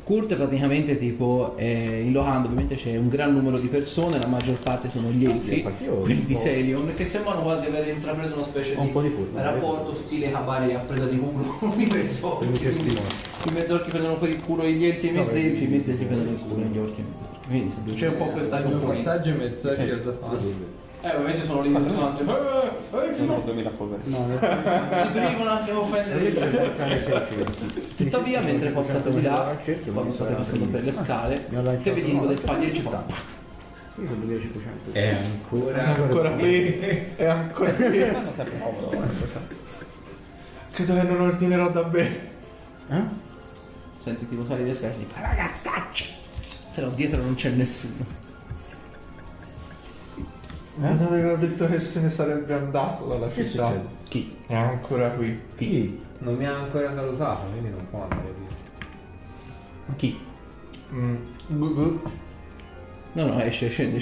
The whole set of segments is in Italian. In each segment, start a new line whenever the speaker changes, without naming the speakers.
Kurt praticamente tipo in Locanda ovviamente c'è un gran numero di persone, la maggior parte sono gli elfi, quelli di Selion, che sembrano quasi aver intrapreso una specie di rapporto stile Cavari a presa di culo di mezzorchi. I mezzorchi prendono per il culo gli elfi e i mezzelfi prendono il culo gli orchi e i mezzorchi. Quindi c'è un po' questa
un passaggio e mezzorchi da fare.
Ovviamente sono lì tutti quanti.
Sono 2000 polveri.
Si privano anche a offendere. Tuttavia, mentre passate di là, quando state passando per le scale, te vedi il del pagliere ci fa.
Io sono 2500.
È ancora qui. È ancora qui. Credo che non ordinerò da bere.
Senti tipo sali le scale e dici ragazzacci. Però dietro non c'è nessuno.
Non aveva detto che se ne sarebbe andato dalla città.
Chi?
È ancora qui.
Chi?
Non mi ha ancora salutato, quindi non può andare via.
Chi? No, esce, scende.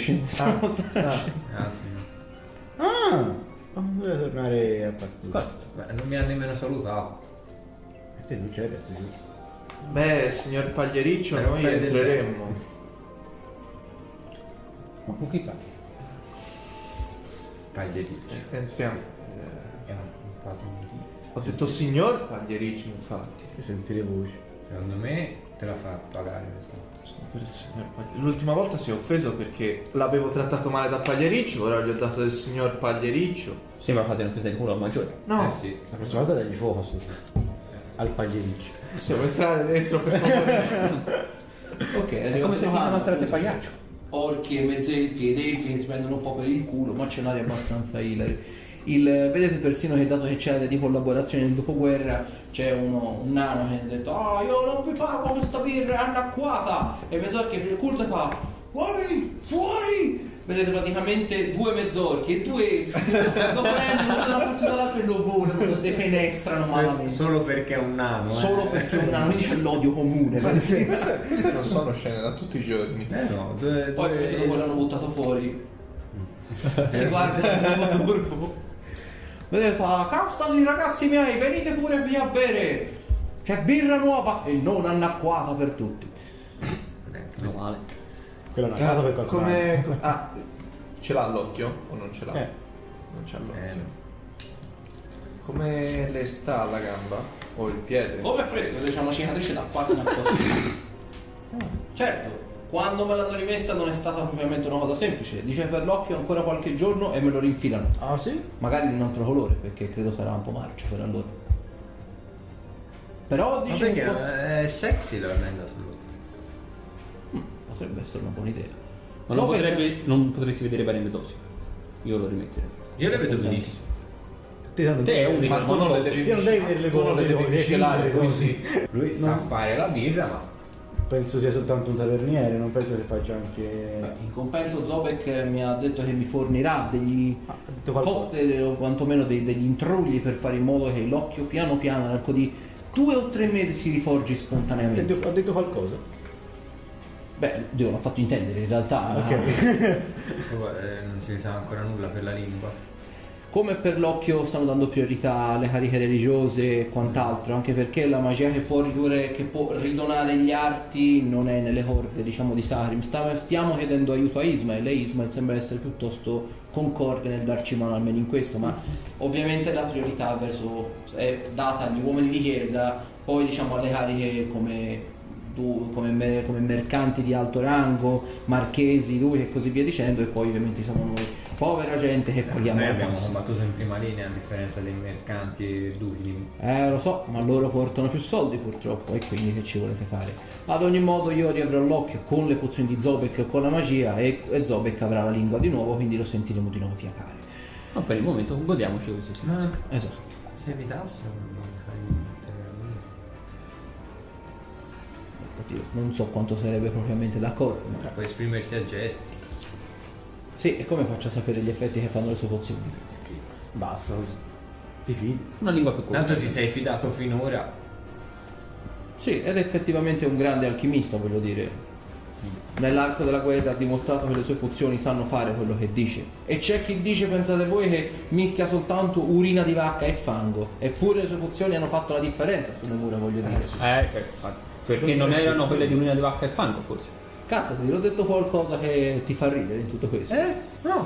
Non deve tornare a partire.
Beh, non mi ha nemmeno salutato.
E te non c'eri,
Beh, signor Pagliericcio,
Per
noi
offrire
entreremmo.
Ma con chi parli?
Pagliericcio.
Entriamo.
È un caso motivo.
Ho detto signor Pagliericcio, infatti.
E sentire voci.
Secondo me te la fa pagare questo.
L'ultima volta si è offeso perché l'avevo trattato male da Pagliericcio, ora gli ho dato del signor Pagliericcio.
Sembra quasi una presa di culo al maggiore.
No,
Sì.
La prossima volta dagli fuoco al pagliericcio.
possiamo entrare dentro per favore.
Ok, è come se una strada pagliaccio. Orchi e mezzelfi ed elfi che si prendono un po' per il culo, ma c'è un'aria abbastanza hilary. Vedete persino che dato che c'è l'area di collaborazione nel dopoguerra c'è un nano che ha detto io non vi pago questa birra, è annacquata, e i mezzorchi il Kurt fa fuori. Vedete praticamente due mezzorchi e due elfi lo prendono da una parte dall'altra e lo volano, lo defenestrano malamente
Solo perché è un nano.
solo perché un nano, quindi c'è l'odio comune.
Queste non sono scene da tutti i giorni.
No,
Poi dopo l'hanno buttato fuori. Si guarda il turbo. Vedete fa, castasi ragazzi miei, venite pure via a bere. C'è birra nuova e non annacquata per tutti.
Meno male.
Quella è una casa per qualcuno.
Ce l'ha l'occhio o non ce l'ha? Non c'ha l'occhio. Come le sta la gamba? O il piede?
Come è fresco, c'è una cicatrice da parte da posto. Certo, quando me l'hanno rimessa non è stata propriamente una cosa semplice. Dice per l'occhio ancora qualche giorno e me lo rinfilano.
Ah sì?
Magari di un altro colore, perché credo sarà un po' marcio per allora. Però
Ma
dice
perché
un po'...
è sexy l'ormenda sull'occhio.
Potrebbe essere una buona idea.
Ma non potresti vedere bene le dosi. Io lo rimetterei.
Io le vedo benissimo.
Te è unico.
Ma tu non le devi
Io non devi vedere le
tu non le devi miscelare così.
Lui sa fare la birra, ma
Penso sia soltanto un taverniere, non penso che faccia anche...
In compenso Zobek mi ha detto che mi fornirà degli
ha detto qualcosa.
cocktail o quantomeno degli intrugli per fare in modo che l'occhio piano piano nell'arco di 2 o 3 mesi si riforgi spontaneamente.
Ha detto qualcosa?
Beh, Dio l'ha fatto intendere in realtà.
Ok.
non si sa ancora nulla per la lingua.
Come per l'occhio stanno dando priorità alle cariche religiose e quant'altro, anche perché la magia che può ridonare gli arti non è nelle corde, diciamo, di Sarim. Stiamo chiedendo aiuto a Ismael e Ismael sembra essere piuttosto concorde nel darci mano almeno in questo, ma ovviamente la priorità è data agli uomini di chiesa, poi diciamo alle cariche come mercanti di alto rango, marchesi, duchi e così via dicendo, e poi ovviamente siamo noi povera gente che paghiamo.
Noi abbiamo combattuto in prima linea a differenza dei mercanti e duchi.
Lo so, ma loro portano più soldi purtroppo, e quindi che ci volete fare? Ad ogni modo io riavrò l'occhio con le pozioni di Zobek e con la magia, e Zobek avrà la lingua di nuovo, quindi lo sentiremo di nuovo fiacare.
Ma per il momento godiamoci questa situazione.
Esatto.
Se evitassimo
Non so quanto sarebbe propriamente d'accordo, ma...
può esprimersi a gesti.
Sì, e come faccio a sapere gli effetti che fanno le sue pozioni?
Basta così. Ti fidi?
Una lingua più corta.
Tanto ti sei fidato finora.
Sì, ed è effettivamente un grande alchimista, voglio dire. Nell'arco della guerra ha dimostrato che le sue pozioni sanno fare quello che dice. E c'è chi dice, pensate voi, che mischia soltanto urina di vacca e fango. Eppure le sue pozioni hanno fatto la differenza sulle mura, voglio dire.
Perché non erano quelle di urina di vacca e fango, forse.
Cazzo, ti ho detto qualcosa che ti fa ridere in tutto questo?
No.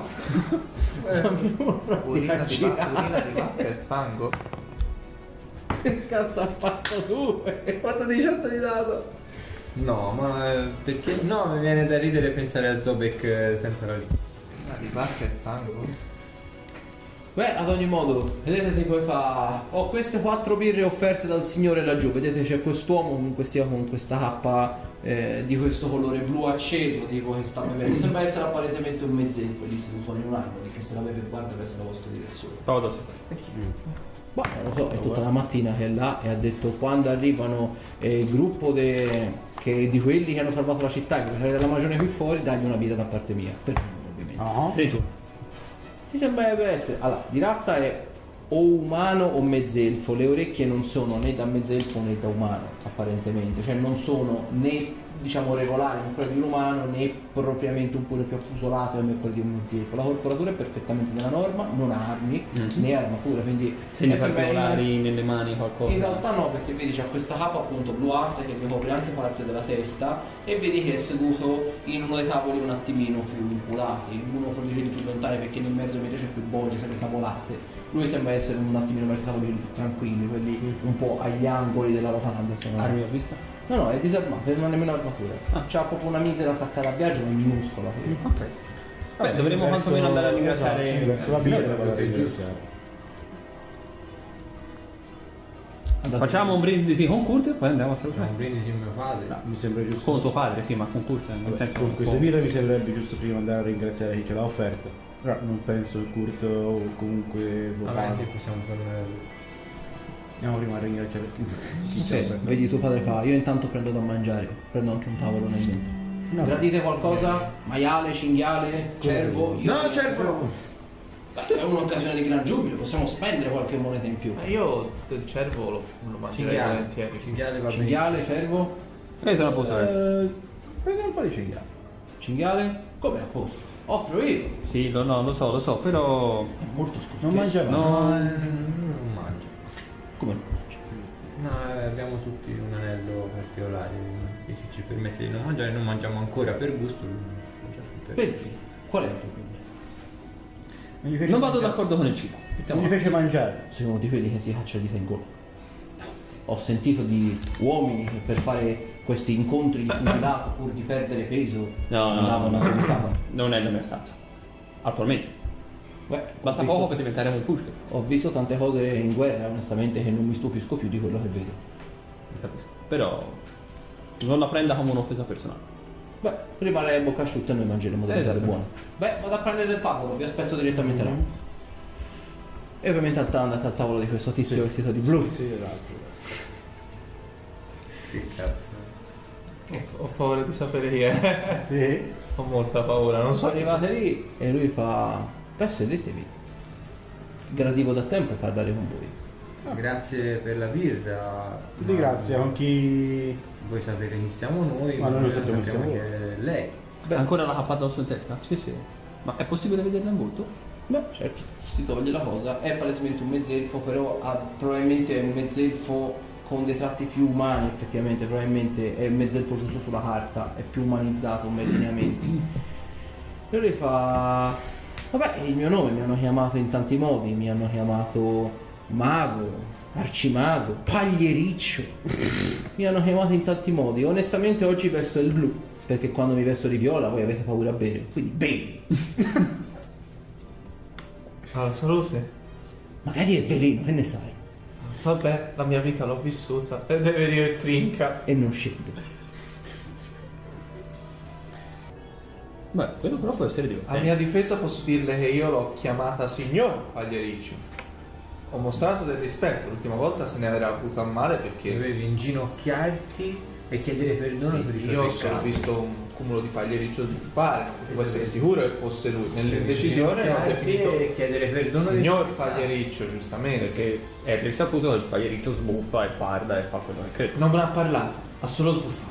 Urina di vacca e fango.
Che cazzo ha fatto tu? Hai fatto 18 di dato.
No, ma perché? No, mi viene da ridere pensare a Zobek senza la lingua.
Urina di vacca e fango?
Beh, ad ogni modo, vedete tipo fa. Ho queste 4 birre offerte dal signore laggiù. Vedete c'è quest'uomo comunque sia con questa cappa di questo colore blu acceso, tipo che sta bevendo. Sembra essere apparentemente un mezzelfo lì seduto in un angolo che se la beve e guarda verso la vostra direzione.
Prova da
Ma non lo so, è tutta la mattina che è là e ha detto quando arrivano il gruppo di quelli che hanno salvato la città, che sono della magione qui fuori, dagli una birra da parte mia. Per me, ovviamente.
Sei tu.
Ti sembrerebbe essere. Allora, di razza è o umano o mezzelfo. Le orecchie non sono né da mezzelfo né da umano, apparentemente. Cioè non sono né diciamo regolari come quelle di un umano né propriamente un pure più accusolato come quello di un mezzelfo. La corporatura è perfettamente nella norma, non ha armi né armatura, quindi
Segni
sembra
particolari nelle mani, qualcosa.
in realtà no, perché vedi c'ha questa capa appunto bluastra che gli copre anche parte della testa e vedi che è seduto in uno dei tavoli un attimino più inculati, uno con i piedi più lontani perché nel mezzo invece c'è più bolge, c'è le tavolate. Lui sembra essere un attimino verso i tavoli più tranquilli, quelli un po' agli angoli della locanda.
Armi a vista?
No, è disarmato, non ha nemmeno armatura. C'ha proprio una misera sacca da viaggio, ma è minuscola.
Ok. Vabbè, dovremmo quantomeno andare a ringraziare.
Verso la birra vado a
perché è
ringraziare.
Facciamo un brindisi con Kurt e poi andiamo a
Facciamo
salutare.
un brindisi con mio padre.
No, mi sembra giusto.
Con tuo padre, sì, ma con Kurt. Nel senso
Con queste birre mi sembrerebbe giusto prima andare a ringraziare chi ce l'ha offerta. Però non penso che Kurt o comunque
Vabbè,
Vocale.
sì, possiamo fare
Andiamo prima a ringraziare chi ce l'ha offerta.
Vedi tuo padre fa, io intanto prendo da mangiare, prendo anche un tavolo nel mente.
No.
Gradite qualcosa? Maiale, cinghiale, cervo? Io-
No, cervo!
È un'occasione di gran giubilo, possiamo spendere qualche moneta in più.
Io del cervo lo mangerei
cinghiale.
volentieri.
Cinghiale va benissimo.
Cinghiale, cervo?
Io sono a posto.
Prendiamo un po' di cinghiale.
Cinghiale? Come a posto? Offro io.
Sì, lo so, però.
È molto scortese.
Non mangiamo.
No,
Non mangio.
Come non mangi?
No, abbiamo tutti un anello particolare che ci permette di non mangiare, non mangiamo ancora per gusto. mangiamo per-
Perché? Qual è il tuo problema?
Non gli fece
non vado
mangiare.
d'accordo con il cibo.
Non gli fece mangiare.
Sei uno di quelli che si caccia di in gola. Ho sentito di uomini che per fare questi incontri di pugilato pur di perdere peso andavano a vomitare.
Non è la mia stanza. Attualmente.
Beh,
Basta
ho visto-
poco per diventare un pugile.
Ho visto tante cose in guerra, onestamente, che non mi stupisco più di quello che vedo.
Capisco. Però non la prenda come un'offesa personale.
Beh, rimane bocca asciutta e noi mangeremo delle cose
Esatto.
buone. Beh, vado a prendere il tavolo, vi aspetto direttamente là. E ovviamente andate al tavolo di questo tizio vestito di blu.
Sì, esatto.
Che cazzo.
Ho paura di sapere chi è.
Sì.
Ho molta paura, non so.
Sono arrivate lì e lui fa: beh, sedetevi. Gradivo da tempo parlare con voi.
Grazie per la birra.
Ti
ma
ringrazio anche chi...
Voi sapete chi siamo noi,
Ma noi
non
sappiamo chi siamo
che è lei.
Beh.
Ancora la cappa addosso in testa?
Sì, sì.
Ma è possibile vederla in volto?
Beh, certo. Si toglie la cosa. È palesemente un mezzelfo, però probabilmente è un mezzelfo con dei tratti più umani, effettivamente. Probabilmente è un mezzelfo giusto sulla carta, è più umanizzato come lineamenti. E lui fa: vabbè, il mio nome mi hanno chiamato in tanti modi, mi hanno chiamato mago, arcimago, pagliericcio. Mi hanno chiamato in tanti modi. Onestamente oggi vesto il blu, perché quando mi vesto di viola voi avete paura a bere, quindi bevi.
Alla salute.
Magari è veleno, che ne sai?
Vabbè, la mia vita l'ho vissuta e deve dire trinca.
E non scende.
Beh, quello però può essere
A
divertente.
mia difesa posso dirle che io l'ho chiamata signor Pagliericcio. Ho mostrato del rispetto, l'ultima volta se ne era avuto a male perché
Dovevi inginocchiarti e chiedere perdono per i tuoi
io ho
peccati.
visto un cumulo di Pagliericcio sbuffare, non potevo essere sicuro che fosse lui. Nell'indecisione l'ho
Inginocchiarti
definito
e chiedere perdono dei
signor
tuoi peccati.
Pagliericcio, giustamente.
Perché è risaputo che il pagliericcio sbuffa e parla e fa quello che crede.
Non me ne ha parlato, ha solo sbuffato.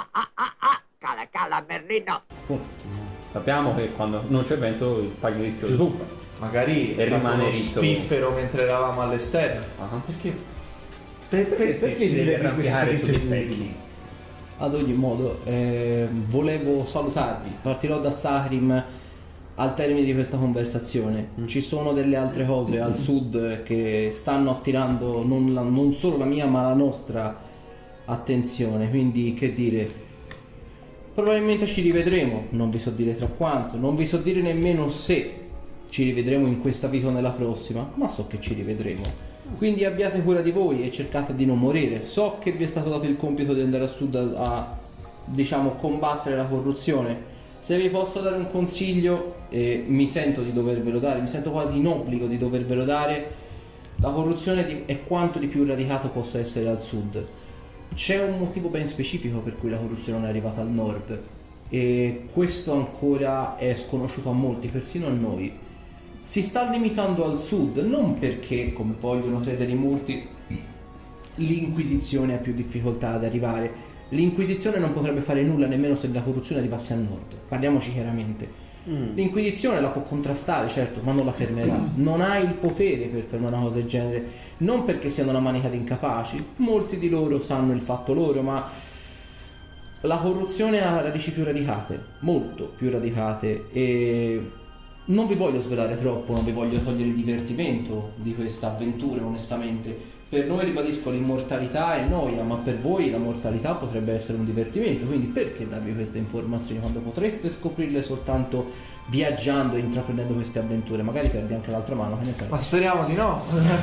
Cala, Merlino.
Sappiamo che quando non c'è vento il pagliericcio sbuffa.
Magari
E
è stato
rimane
uno
ritto.
spiffero mentre eravamo all'esterno.
Ah.
Perché?
Perché
devi
dire
arrampiare
queste
sugli
esperienze
specchi?
utili?
Ad ogni modo, volevo salutarvi. Partirò da Saharim al termine di questa conversazione. Ci sono delle altre cose al sud che stanno attirando non solo la mia ma la nostra attenzione, quindi che dire, probabilmente ci rivedremo, non vi so dire tra quanto, non vi so dire nemmeno se ci rivedremo in questa vita o nella prossima, ma so che ci rivedremo. Quindi abbiate cura di voi e cercate di non morire. So che vi è stato dato il compito di andare a sud a diciamo combattere la corruzione. Se vi posso dare un consiglio, mi sento di dovervelo dare, mi sento quasi in obbligo di dovervelo dare, la corruzione è quanto di più radicata possa essere al sud. C'è un motivo ben specifico per cui la corruzione non è arrivata al nord e questo ancora è sconosciuto a molti, persino a noi. Si sta limitando al sud non perché, come vogliono credere in molti, l'Inquisizione ha più difficoltà ad arrivare. L'Inquisizione non potrebbe fare nulla nemmeno se la corruzione arrivasse al nord, parliamoci chiaramente. L'Inquisizione la può contrastare, certo, ma non la fermerà. Non ha il potere per fermare una cosa del genere, non perché siano una manica di incapaci, molti di loro sanno il fatto loro, ma la corruzione ha radici più radicate, molto più radicate, e non vi voglio svelare troppo, non vi voglio togliere il divertimento di questa avventura, onestamente. Per noi, ribadisco, l'immortalità è noia, ma per voi la mortalità potrebbe essere un divertimento, quindi perché darvi queste informazioni quando potreste scoprirle soltanto viaggiando e intraprendendo queste avventure? Magari perdi anche l'altra mano, che ne sai?
Ma speriamo di no.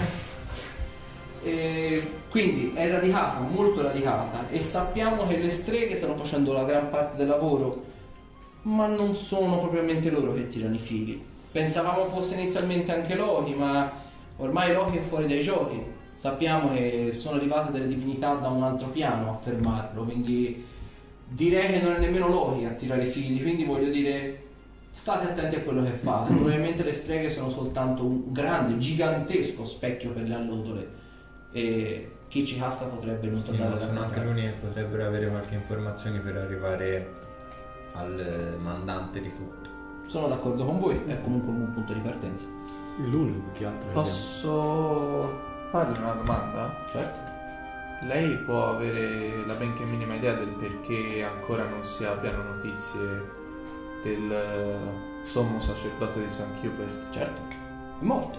Quindi è radicata, molto radicata, e sappiamo che le streghe stanno facendo la gran parte del lavoro, ma non sono propriamente loro che tirano i fili. Pensavamo fosse inizialmente anche Loki, ma ormai Loki è fuori dai giochi. Sappiamo che sono arrivate delle divinità da un altro piano a fermarlo, quindi direi che non è nemmeno Loki a tirare i fili, quindi voglio dire, state attenti a quello che fate. Probabilmente le streghe sono soltanto un grande, gigantesco specchio per le allodole e chi ci casca potrebbe non tornare a
sono anche l'unico che potrebbero avere qualche informazione per arrivare al mandante di tutto.
Sono d'accordo con voi, è comunque un buon punto di partenza.
L'unico più che altro.
Posso farle una domanda?
Certo.
Lei può avere la benché minima idea del perché ancora non si abbiano notizie del sommo sacerdote di St. Hubert?
Certo. È morto.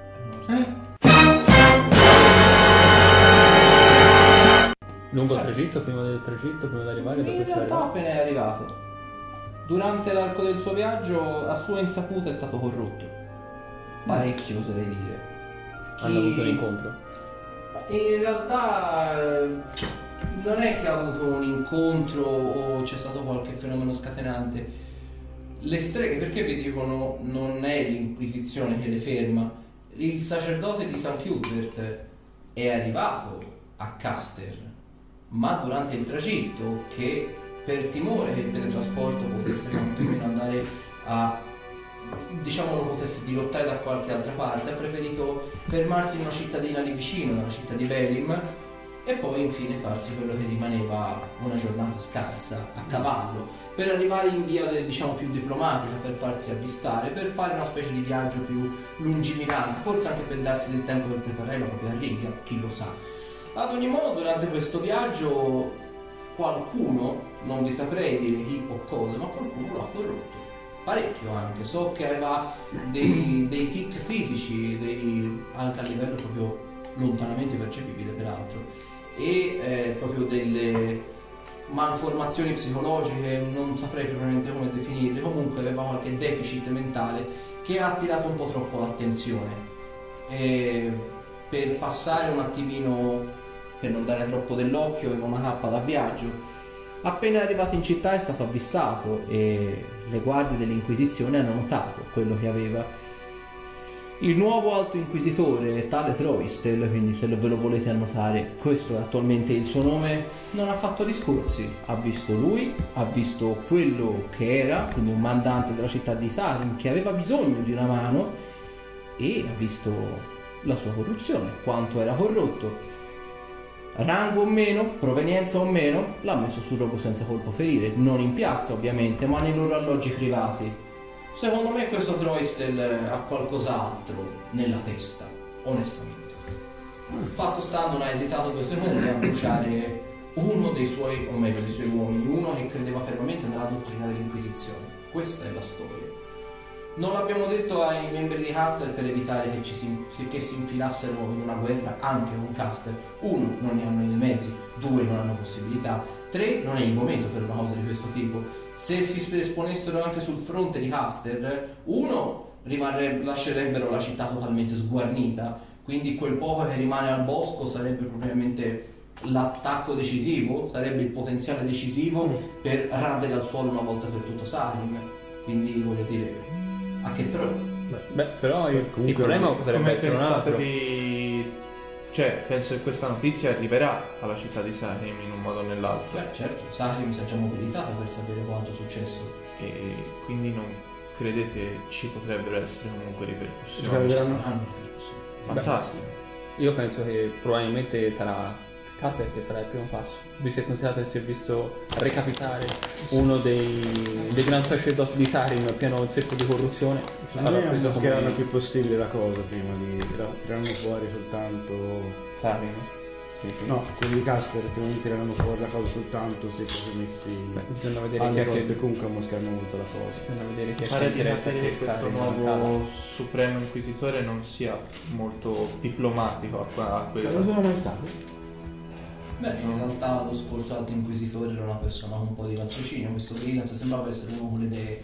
Lungo il tragitto, prima del tragitto, prima di arrivare, dopo
In
essere
realtà
arrivato.
appena è arrivato. Durante l'arco del suo viaggio, a sua insaputa, è stato corrotto. Parecchio, oserei dire.
Hanno avuto un incontro.
In realtà non è che ha avuto un incontro o c'è stato qualche fenomeno scatenante. Le streghe, perché vi dicono non è l'Inquisizione che le ferma? Il sacerdote di St. Hubert è arrivato a Caster, ma durante il tragitto, che per timore che il teletrasporto potesse quantomeno andare a, diciamo, non potesse dirottare da qualche altra parte, ha preferito fermarsi in una cittadina lì vicino, nella città di Velim, e poi infine farsi quello che rimaneva una giornata scarsa a cavallo per arrivare in via diciamo più diplomatica, per farsi avvistare, per fare una specie di viaggio più lungimirante, forse anche per darsi del tempo per preparare la propria riga, chi lo sa. Ad ogni modo, durante questo viaggio qualcuno, non vi saprei dire chi o cosa, ma qualcuno l'ha corrotto parecchio anche. So che aveva dei tic fisici, anche a livello proprio lontanamente percepibile peraltro, e proprio delle malformazioni psicologiche, non saprei propriamente come definirle. Comunque aveva qualche deficit mentale che ha attirato un po' troppo l'attenzione, e per passare un attimino, per non dare troppo dell'occhio, aveva una cappa da viaggio. Appena arrivato in città è stato avvistato e le guardie dell'Inquisizione hanno notato quello che aveva. Il nuovo alto inquisitore, tale Troistel, quindi se ve lo volete annotare, questo è attualmente il suo nome, non ha fatto discorsi. Ha visto lui, ha visto quello che era, quindi un mandante della città di Saharim che aveva bisogno di una mano, e ha visto la sua corruzione, quanto era corrotto. Rango o meno, provenienza o meno, l'ha messo sul rogo senza colpo ferire, non in piazza ovviamente, ma nei loro alloggi privati. Secondo me questo Troistel ha qualcos'altro nella testa, onestamente. Fatto sta, non ha esitato 2 secondi a bruciare uno dei suoi, o meglio dei suoi uomini, uno che credeva fermamente nella dottrina dell'Inquisizione. Questa è la storia. Non l'abbiamo detto ai membri di Caster per evitare che si infilassero in una guerra anche con Caster. 1, non ne hanno i mezzi, 2, non hanno possibilità, 3, non è il momento per una cosa di questo tipo. Se si esponessero anche sul fronte di Caster, 1, lascerebbero la città totalmente sguarnita, quindi quel poco che rimane al bosco sarebbe probabilmente l'attacco decisivo, sarebbe il potenziale decisivo per radere al suolo una volta per tutto Sarim. Quindi voglio dire, a che pro?
Beh, però il problema potrebbe
come
essere un
pensate
altro.
Cioè, penso che questa notizia arriverà alla città di Sarim in un modo o nell'altro.
Beh, certo, Sarim si è già mobilitato per sapere quanto è successo.
E quindi non credete ci potrebbero essere comunque ripercussioni?
Saranno ripercussioni.
Fantastico.
Io penso che probabilmente sarà Caster che farà il primo passo, visto e considerato che si è visto recapitare uno dei gran sacerdoti di Sarim pieno zeppo di corruzione.
A me moscheranno il più possibile la cosa prima di tireranno fuori soltanto
Sarim.
no, quelli di Caster che tireranno fuori la cosa soltanto se fosse messi
Bisogna vedere
alle
chi è
corde,
che
comunque moscheranno molto la cosa.
bisogna vedere chi è
Pare
che
di
interessa
capire che
che
questo
Sarim
nuovo Supremo Inquisitore non sia molto diplomatico a
Non
questo.
sono mai stato.
Beh, in realtà lo scorso Alto Inquisitore era una persona con un po' di raziocinio, questo Brilliant sembrava essere uno con le idee,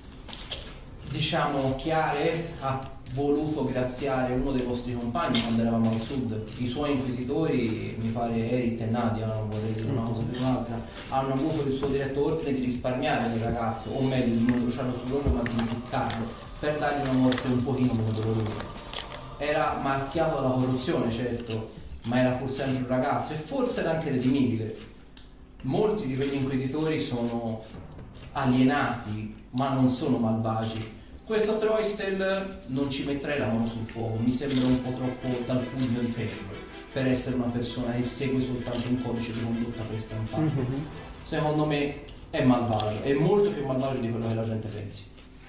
diciamo, chiare. Ha voluto graziare uno dei vostri compagni quando eravamo al sud. I suoi inquisitori, mi pare Erit e Nadia, non vorrei dire una cosa per un'altra, hanno avuto il suo diretto ordine di risparmiare del ragazzo, o meglio di non bruciarlo sull'uomo ma di impiccarlo, per dargli una morte un pochino meno dolorosa. Era marchiato dalla corruzione, certo, ma era pur sempre un ragazzo e forse era anche redimibile. Molti di quegli inquisitori sono alienati, ma non sono malvagi. Questo Troistel non ci metterei la mano sul fuoco, mi sembra un po' troppo dal pugno di ferro per essere una persona che segue soltanto un codice di condotta prestampato. Secondo me è malvagio, è molto più malvagio di quello che la gente pensi.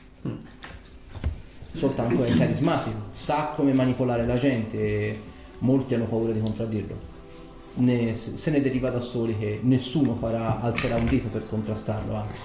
Soltanto è carismatico, sa come manipolare la gente e molti hanno paura di contraddirlo. Se ne deriva da soli che nessuno alzerà un dito per contrastarlo, anzi.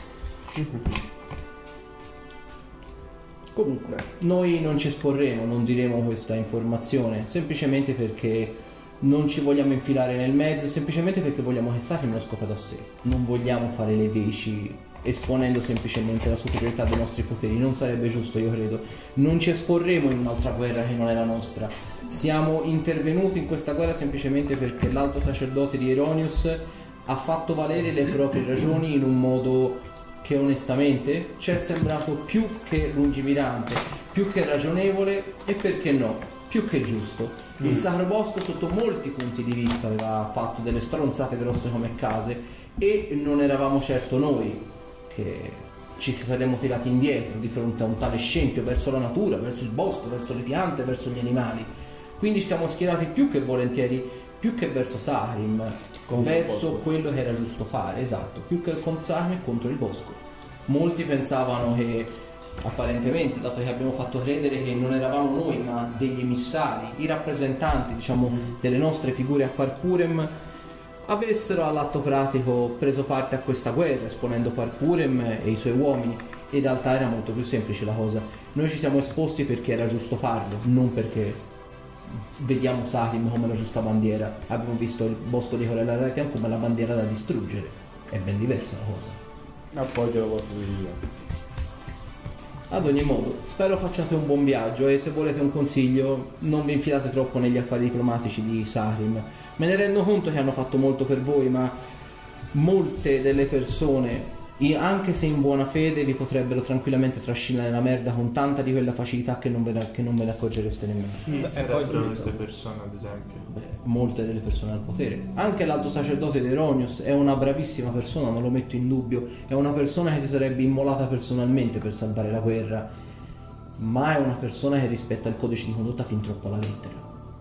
Comunque, noi non ci esporremo, non diremo questa informazione, semplicemente perché non ci vogliamo infilare nel mezzo, semplicemente perché vogliamo che Sarim lo scopra da sé. Non vogliamo fare le veci esponendo semplicemente la superiorità dei nostri poteri, non sarebbe giusto, io credo. Non ci esporremo in un'altra guerra che non è la nostra. Siamo intervenuti in questa guerra semplicemente perché l'alto sacerdote di Eronius ha fatto valere le proprie ragioni in un modo che onestamente ci è sembrato più che lungimirante, più che ragionevole e perché no, più che giusto. Il Sacro Bosco sotto molti punti di vista aveva fatto delle stronzate grosse come case e non eravamo certo noi che ci saremmo tirati indietro di fronte a un tale scempio verso la natura, verso il bosco, verso le piante, verso gli animali. Quindi ci siamo schierati più che volentieri, più che verso Sarim, verso quello che era giusto fare, esatto, più che con Sarim e contro il bosco. Molti pensavano che, apparentemente, dato che abbiamo fatto credere che non eravamo noi ma degli emissari, i rappresentanti, diciamo, delle nostre figure a Parpurem, avessero all'atto pratico preso parte a questa guerra, esponendo Parpurem e i suoi uomini. In realtà era molto più semplice la cosa. Noi ci siamo esposti perché era giusto farlo, non perché vediamo Sarim come la giusta bandiera. Abbiamo visto il bosco di Corella Ratian come la bandiera da distruggere. È ben diversa la cosa.
Appoggio la vostra decisione.
Ad ogni modo, spero facciate un buon viaggio e se volete un consiglio non vi infilate troppo negli affari diplomatici di Sarim. Me ne rendo conto che hanno fatto molto per voi, ma molte delle persone, anche se in buona fede, vi potrebbero tranquillamente trascinare nella merda con tanta di quella facilità che non ve ne accorgereste nemmeno.
Chi sarebbero queste persone, ad esempio?
Molte delle persone al potere. Anche l'alto sacerdote di Eronius è una bravissima persona, non lo metto in dubbio, è una persona che si sarebbe immolata personalmente per salvare la guerra, ma è una persona che rispetta il codice di condotta fin troppo alla lettera.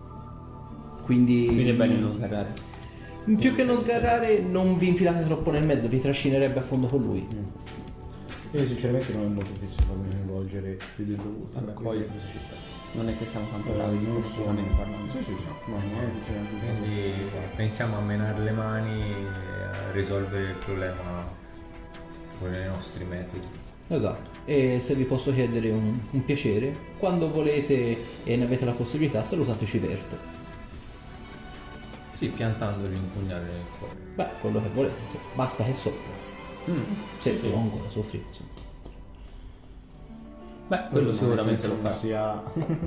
Quindi
è bene non sgarrare.
Più che non sgarrare, non vi infilate troppo nel mezzo, vi trascinerebbe a fondo con lui.
Io sinceramente non ho molto intenzione di farmi coinvolgere più del dovuto.
Vabbè,
qui
poi-
in questa città.
Non è che siamo tanto bravi,
non
sicuramente parlando.
Sì, ma non c'è anche
Quindi pensiamo a menare le mani e a risolvere il problema con i nostri metodi.
Esatto. E se vi posso chiedere un piacere, quando volete e ne avete la possibilità, salutateci Vert.
Sì, piantandoli un pugnale nel cuore.
Beh, quello che volete, sì. Basta che soffra. Se
sì.
può ancora soffrire, sì.
Beh, quello sicuramente lo farà.
Sia...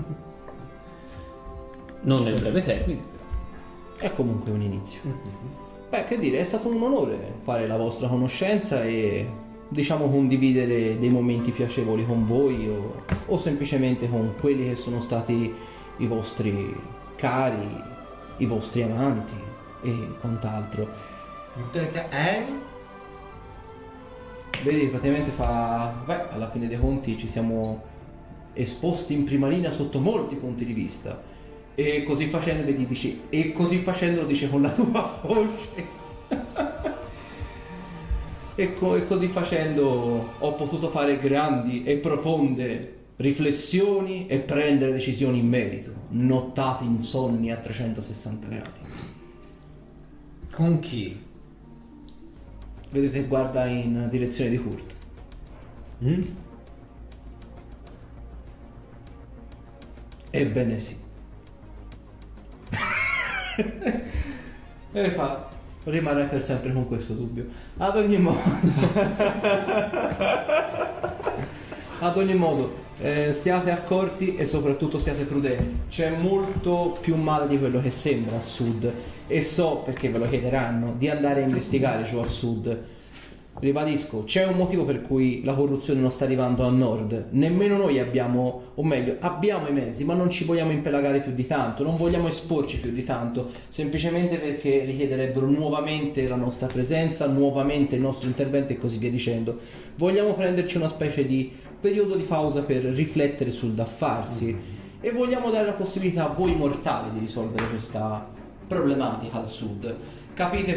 Non nel breve termine.
È comunque un inizio. Beh, che dire, è stato un onore fare la vostra conoscenza e diciamo condividere dei momenti piacevoli con voi o semplicemente con quelli che sono stati i vostri cari, i vostri amanti e quant'altro. Vedi, praticamente alla fine dei conti ci siamo esposti in prima linea sotto molti punti di vista. E così facendo vedi, dici, e così facendo lo dice con la tua voce. e così facendo ho potuto fare grandi e profonde riflessioni e prendere decisioni in merito, nottate insonni a 360 gradi.
Con chi?
Vedete, guarda in direzione di Kurt. Ebbene sì. E fa, rimarrai per sempre con questo dubbio. Ad ogni modo, siate accorti e soprattutto siate prudenti. C'è molto più male di quello che sembra a sud e so, perché ve lo chiederanno, di andare a investigare giù a sud. Ribadisco, c'è un motivo per cui la corruzione non sta arrivando a nord. Nemmeno noi abbiamo, o meglio, abbiamo i mezzi, ma non ci vogliamo impelagare più di tanto, non vogliamo esporci più di tanto, semplicemente perché richiederebbero nuovamente la nostra presenza, nuovamente il nostro intervento e così via dicendo. Vogliamo prenderci una specie di periodo di pausa per riflettere sul da farsi e vogliamo dare la possibilità a voi mortali di risolvere questa problematica al sud. Capite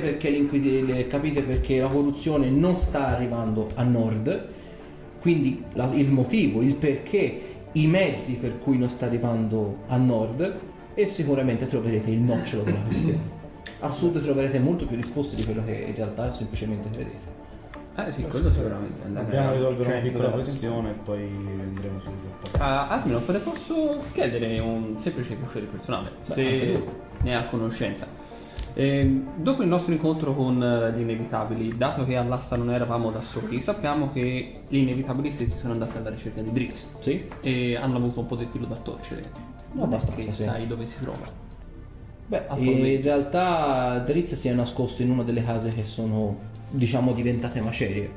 perché la corruzione non sta arrivando a nord, quindi il motivo, il perché, i mezzi per cui non sta arrivando a nord e sicuramente troverete il nocciolo della questione. A sud troverete molto più risposte di quello che in realtà semplicemente credete.
Sì, quello sicuramente.
Dobbiamo risolvere una piccola questione e poi andremo subito.
Asmino, te posso chiedere un semplice piacere personale, se ne ha conoscenza. Dopo il nostro incontro con gli inevitabili, dato che all'asta non eravamo da soli, sappiamo che gli inevitabili si sono andati alla ricerca di Drizzt.
Sì?
E hanno avuto un po' di filo da torcere. Non è che sai dove si trova.
Beh, in realtà Drizzt si è nascosto in una delle case che sono, diciamo, diventate macerie.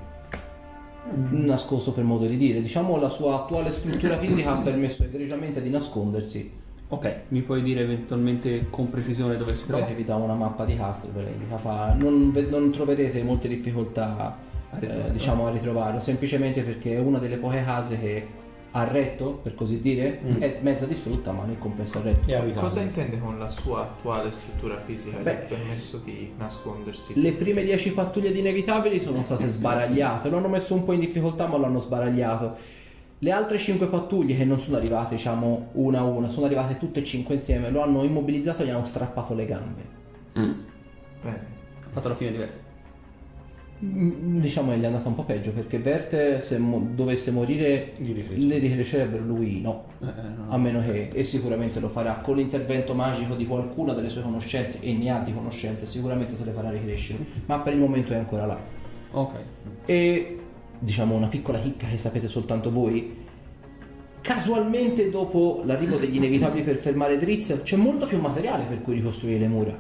Nascosto per modo di dire. Diciamo, la sua attuale struttura fisica ha permesso egregiamente di nascondersi.
Ok, mi puoi dire eventualmente con precisione dove si trova?
Vi dà una mappa di Castro, ve la indica. Non troverete molte difficoltà a ritrovarlo, semplicemente perché è una delle poche case che ha retto, per così dire, è mezza distrutta ma nel compenso ha retto.
Cosa intende con la sua attuale struttura fisica che gli ha permesso di nascondersi?
Le prime 10 pattuglie di inevitabili sono state sbaragliate, lo hanno messo un po' in difficoltà ma l'hanno sbaragliato. Le altre 5 pattuglie che non sono arrivate, diciamo, una a una, sono arrivate tutte e 5 insieme, lo hanno immobilizzato e gli hanno strappato le gambe.
Bene.
Ha fatto la fine di Vert.
Diciamo che gli è andata un po' peggio, perché Vert se dovesse morire le ricrescerebbero, lui no. A meno che, e sicuramente lo farà con l'intervento magico di qualcuna delle sue conoscenze, e ne ha di conoscenze, sicuramente se le farà ricrescere, ma per il momento è ancora là.
Ok.
E diciamo una piccola chicca che sapete soltanto voi: casualmente dopo l'arrivo degli inevitabili per fermare Drizzt c'è molto più materiale per cui ricostruire le mura.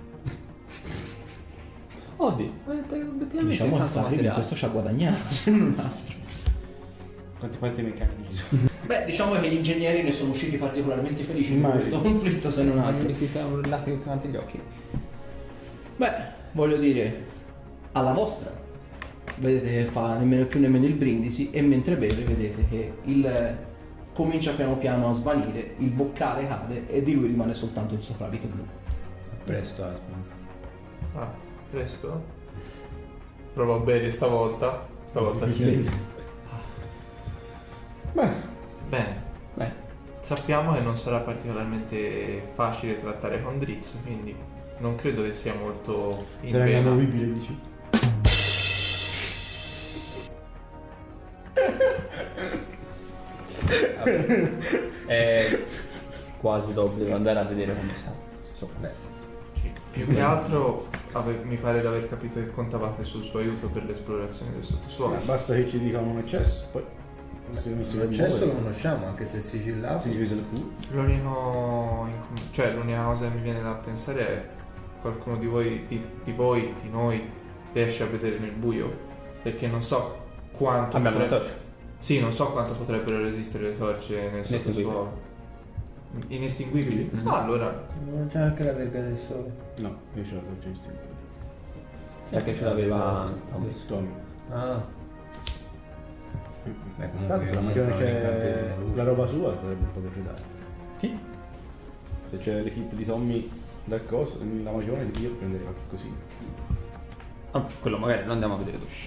Oddio, obiettivamente
Diciamo che Sarim in questo ci ha guadagnato, se non altro.
Quanti quanti meccanici ci sono?
Beh, diciamo che gli ingegneri ne sono usciti particolarmente felici di questo conflitto, se non altro.
Non si siamo urlati davanti agli occhi.
Beh, voglio dire, alla vostra. Vedete che fa nemmeno più nemmeno il brindisi, e mentre beve vedete che comincia piano piano a svanire, il boccale cade e di lui rimane soltanto il soprabito blu.
Presto, Asmund.
Presto? Provo a bere stavolta. Stavolta ci Bene.
Beh,
Sappiamo che non sarà particolarmente facile trattare con Drizzt, quindi non credo che sia molto in
Sarà
vena.
inamovibile, dici?
è quasi d'obbligo andare a vedere come sta. Beh,
Più che altro mi pare di aver capito che contavate sul suo aiuto per l'esplorazione del sottosuolo.
Basta che ci dicano un accesso, poi se non si
L'accesso lo conosciamo, anche se è sigillato.
si divisa il culo.
L'unica cosa che mi viene da pensare è qualcuno di voi, di noi, riesce a vedere nel buio, perché non so quanto
abbiamo la
potrebbe-
torcia.
Sì, non so quanto potrebbero resistere le torce nel sottosuolo. Inestinguibili?
Mm-hmm.
Allora,
Non c'è anche la verga del sole.
No, io ce l'ho torcia istintiva.
Perché ce l'aveva Thomas.
Tommy.
Ah. Beh, comunque
Tanto se la
comunque
magione
un
c'è
incantesimo luce.
la roba sua potrebbe un po' fredare.
Chi?
Se c'è l'equipe di Tommy dal coso, la magione io prenderei qualche cosina.
Ah, quello magari lo andiamo a vedere dopo.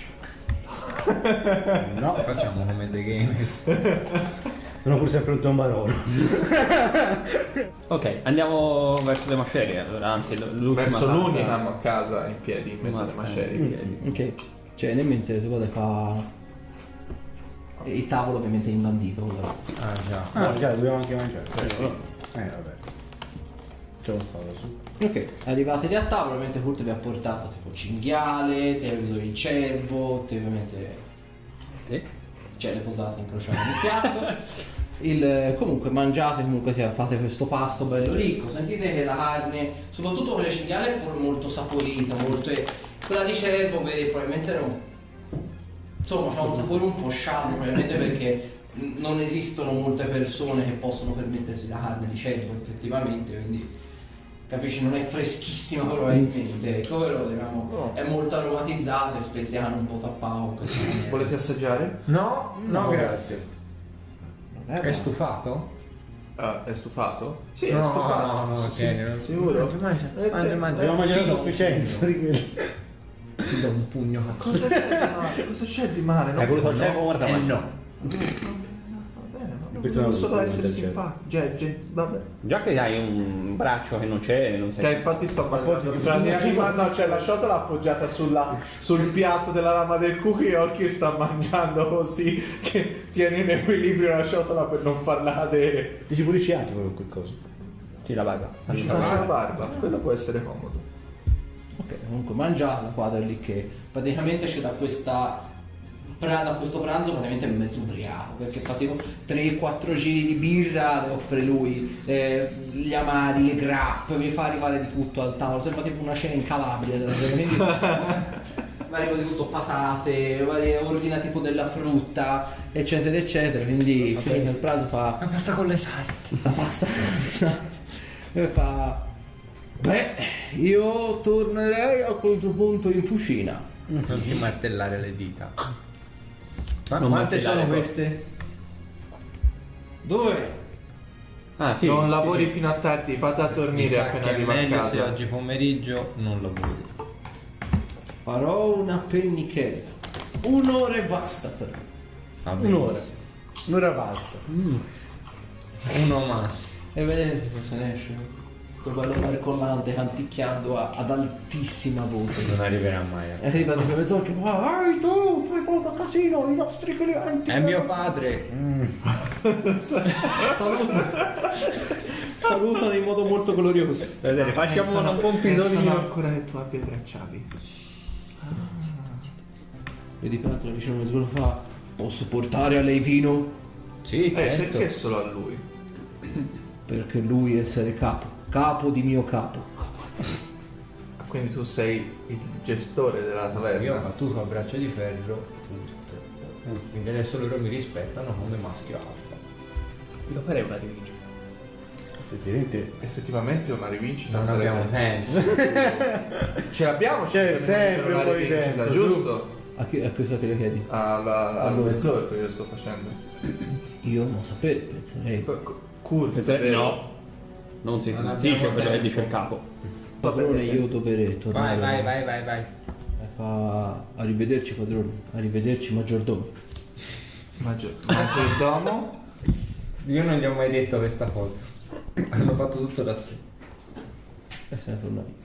No,
Facciamo come The Gamers.
sono pur sempre un tombarolo.
Ok, andiamo verso le macerie. Allora, anzi, l'ultima
verso
tappa-
l'unica casa in piedi in mezzo alle
rimasta
macerie.
in piedi.
Ok. Cioè, nel mentre tu cosa fa. Il tavolo ovviamente è imbandito. Però.
Ah già.
Ah, già, dobbiamo anche mangiare. Vabbè. C'è un tavolo su.
Ok, arrivate lì a tavola, ovviamente Kurt vi ha portato tipo cinghiale, ti ha preso il cervo, ti ovviamente
Sì.
c'è le posate incrociate nel piatto. Comunque mangiate, comunque fate questo pasto bello ricco, sentite che la carne, soprattutto quella cinghiale è molto saporita, molto. Quella di cervo vedi, probabilmente non. Insomma c'ha un sapore un po' scialbo, probabilmente perché non esistono molte persone che possono permettersi la carne di cervo effettivamente, quindi capisci, non è freschissima probabilmente, ecco, però diciamo è molto aromatizzata e speziata un po' tappato in questa maniera.
Volete assaggiare?
No, no, grazie.
Non
È stufato?
Ah, è stufato? Sì,
No,
è stufato.
no, no,
Sì,
ok,
sì.
non-
Sicuro?
Mangia.
Abbiamo mangiato a sufficienza di quello.
Ti do un pugno.
Cosa c'è di male? Cosa c'è di male?
Hai voluto il cervo? Guarda, mangia.
No.
Va bene, no.
Questo
Devo
non
solo
lo
essere
mangia il
simpatico. Vabbè.
Già che hai un braccio che non c'è, non sei.
Cioè, infatti sto mangiando. No, c'è la ciotola appoggiata sul piatto della lama del cookie e Orchid sta mangiando così che tiene in equilibrio la ciotola per non farla cadere.
Ti ci pulisci anche con quel coso.
Ci la vaga.
Ci faccio la barba, quello può essere comodo.
Ok, comunque mangiate, quadra lì che praticamente c'è da questo pranzo praticamente mezzo ubriaco, perché facevo 3-4 giri di birra, le offre lui, gli amari, le grappe, mi fa arrivare di tutto al tavolo, sembra tipo una cena in Calabria, quindi arriva di tutto, patate, ordina tipo della frutta, eccetera eccetera, quindi finito il pranzo fa
La pasta con le salti.
la pasta e fa beh, io tornerei a questo punto in fucina.
Non ti martellare le dita. Ma
Non
quante
martellare
sono
poi.
queste?
Dove?
Ah, sì.
Non lavori fino a tardi, vado a
Mi
dormire
sa
appena
che è
arrivo a
meglio se
casa.
oggi pomeriggio non lavori.
Farò una pennichella. Un'ora e basta per me.
Va
Un'ora.
benissimo.
Un'ora basta.
Uno massimo.
E vedete cosa ne esce. Quel bello barcollante canticchiando ad altissima voce.
Non arriverà mai.
E arriva di mezz'ora che fa ehi tu, fai poco casino, i nostri clienti.
È mio padre.
Salutano in modo molto glorioso.
Vedete, facciamo un po' un
Pensano
pisonino.
ancora che tu abbia i bracciali.
Vedi peraltro dice un mezz'ora fa posso portare a lei vino?
Sì, certo.
Perché solo a lui?
Perché lui è essere capo di mio capo.
Quindi tu sei il gestore della
Io ho
taverna.
battuto a braccio di ferro tutto. Quindi adesso loro mi rispettano come maschio alfa.
Lo farei una rivincita.
Effettivamente
Effettivamente una rivincita
Non
sarebbe.
abbiamo tempo.
Ce l'abbiamo
C'è sempre
una
un po' di
rivincita,
tempo,
giusto?
A cosa che le chiedi?
Al
Allora.
mezz'ora che io sto facendo.
Io non sapere, penserei.
Kurt,
No, non si
Non
dice
abbiamo
quello che
tempo.
dice il capo.
Padrone, io dovrei tornare.
Vai.
E fa arrivederci padrone, arrivederci maggiordomo.
Maggiordomo.
Io non gli ho mai detto questa cosa. Hanno fatto tutto da sé.
E se ne torna via.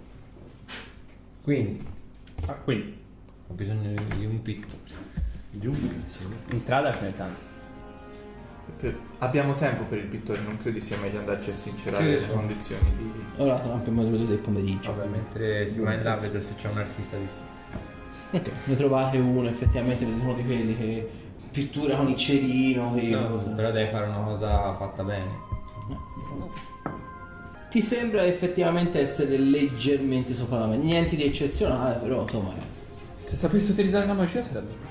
Quindi
Quindi,
ho bisogno di un pitto.
in strada ce n'è tanto.
Abbiamo tempo per il pittore, non credi sia meglio andarci a sincerare
Sì,
le
sì.
condizioni di...
Ora sono anche mezz'ora del pomeriggio.
Vabbè, mentre si va in là vedo se c'è un artista di
Ok, ne trovate uno, effettivamente vedete uno di quelli che pittura con il cerino e
No,
cosa.
però devi fare una cosa fatta bene.
Ti sembra effettivamente essere leggermente sopra la media, niente di eccezionale, però insomma
Se sapessi utilizzare la magia sarebbe.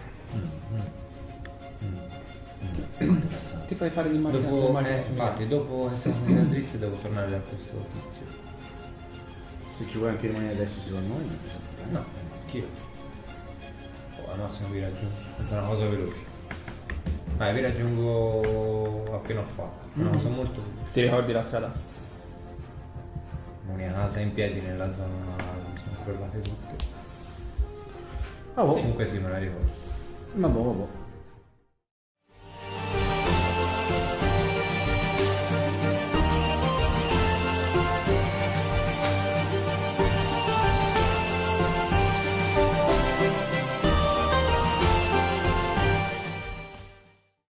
Ti fai fare l'immagine.
Dopo, infatti, dopo essere andato a Drizzt devo tornare da questo tizio.
Se ci vuoi anche rimanere adesso secondo noi.
No, anch'io. Al massimo vi raggiungo. È una cosa veloce. Vai, vi raggiungo appena ho fatto. È una cosa molto veloce.
Ti ricordi la strada?
L'unica casa in piedi nella zona sono crollate tutte.
Ah, boh.
Comunque sì, me la ricordo.
Vabbè.